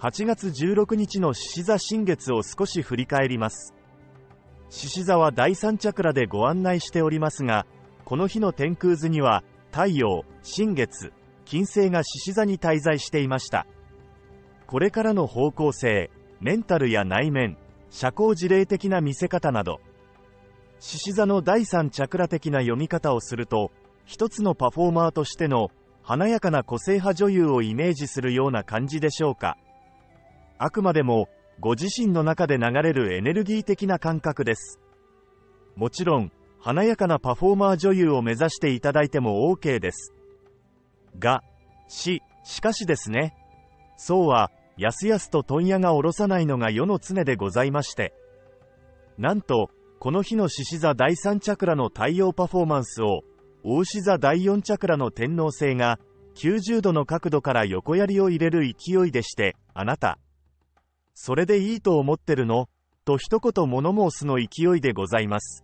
8月16日の獅子座新月を少し振り返ります。獅子座は第三チャクラでご案内しておりますが、この日の天空図には太陽、新月、金星が獅子座に滞在していました。これからの方向性、メンタルや内面、社交辞令的な見せ方など、獅子座の第三チャクラ的な読み方をすると、一つのパフォーマーとしての華やかな個性派女優をイメージするような感じでしょうか。あくまでもご自身の中で流れるエネルギー的な感覚です。もちろん華やかなパフォーマー女優を目指していただいても OK です。しかしですね、そうはやすやすと問屋が下ろさないのが世の常でございまして、なんとこの日の獅子座第三チャクラの太陽パフォーマンスを牡牛座第四チャクラの天王星が90度の角度から横槍を入れる勢いでして、あなたそれでいいと思ってるのと一言物申すの勢いでございます。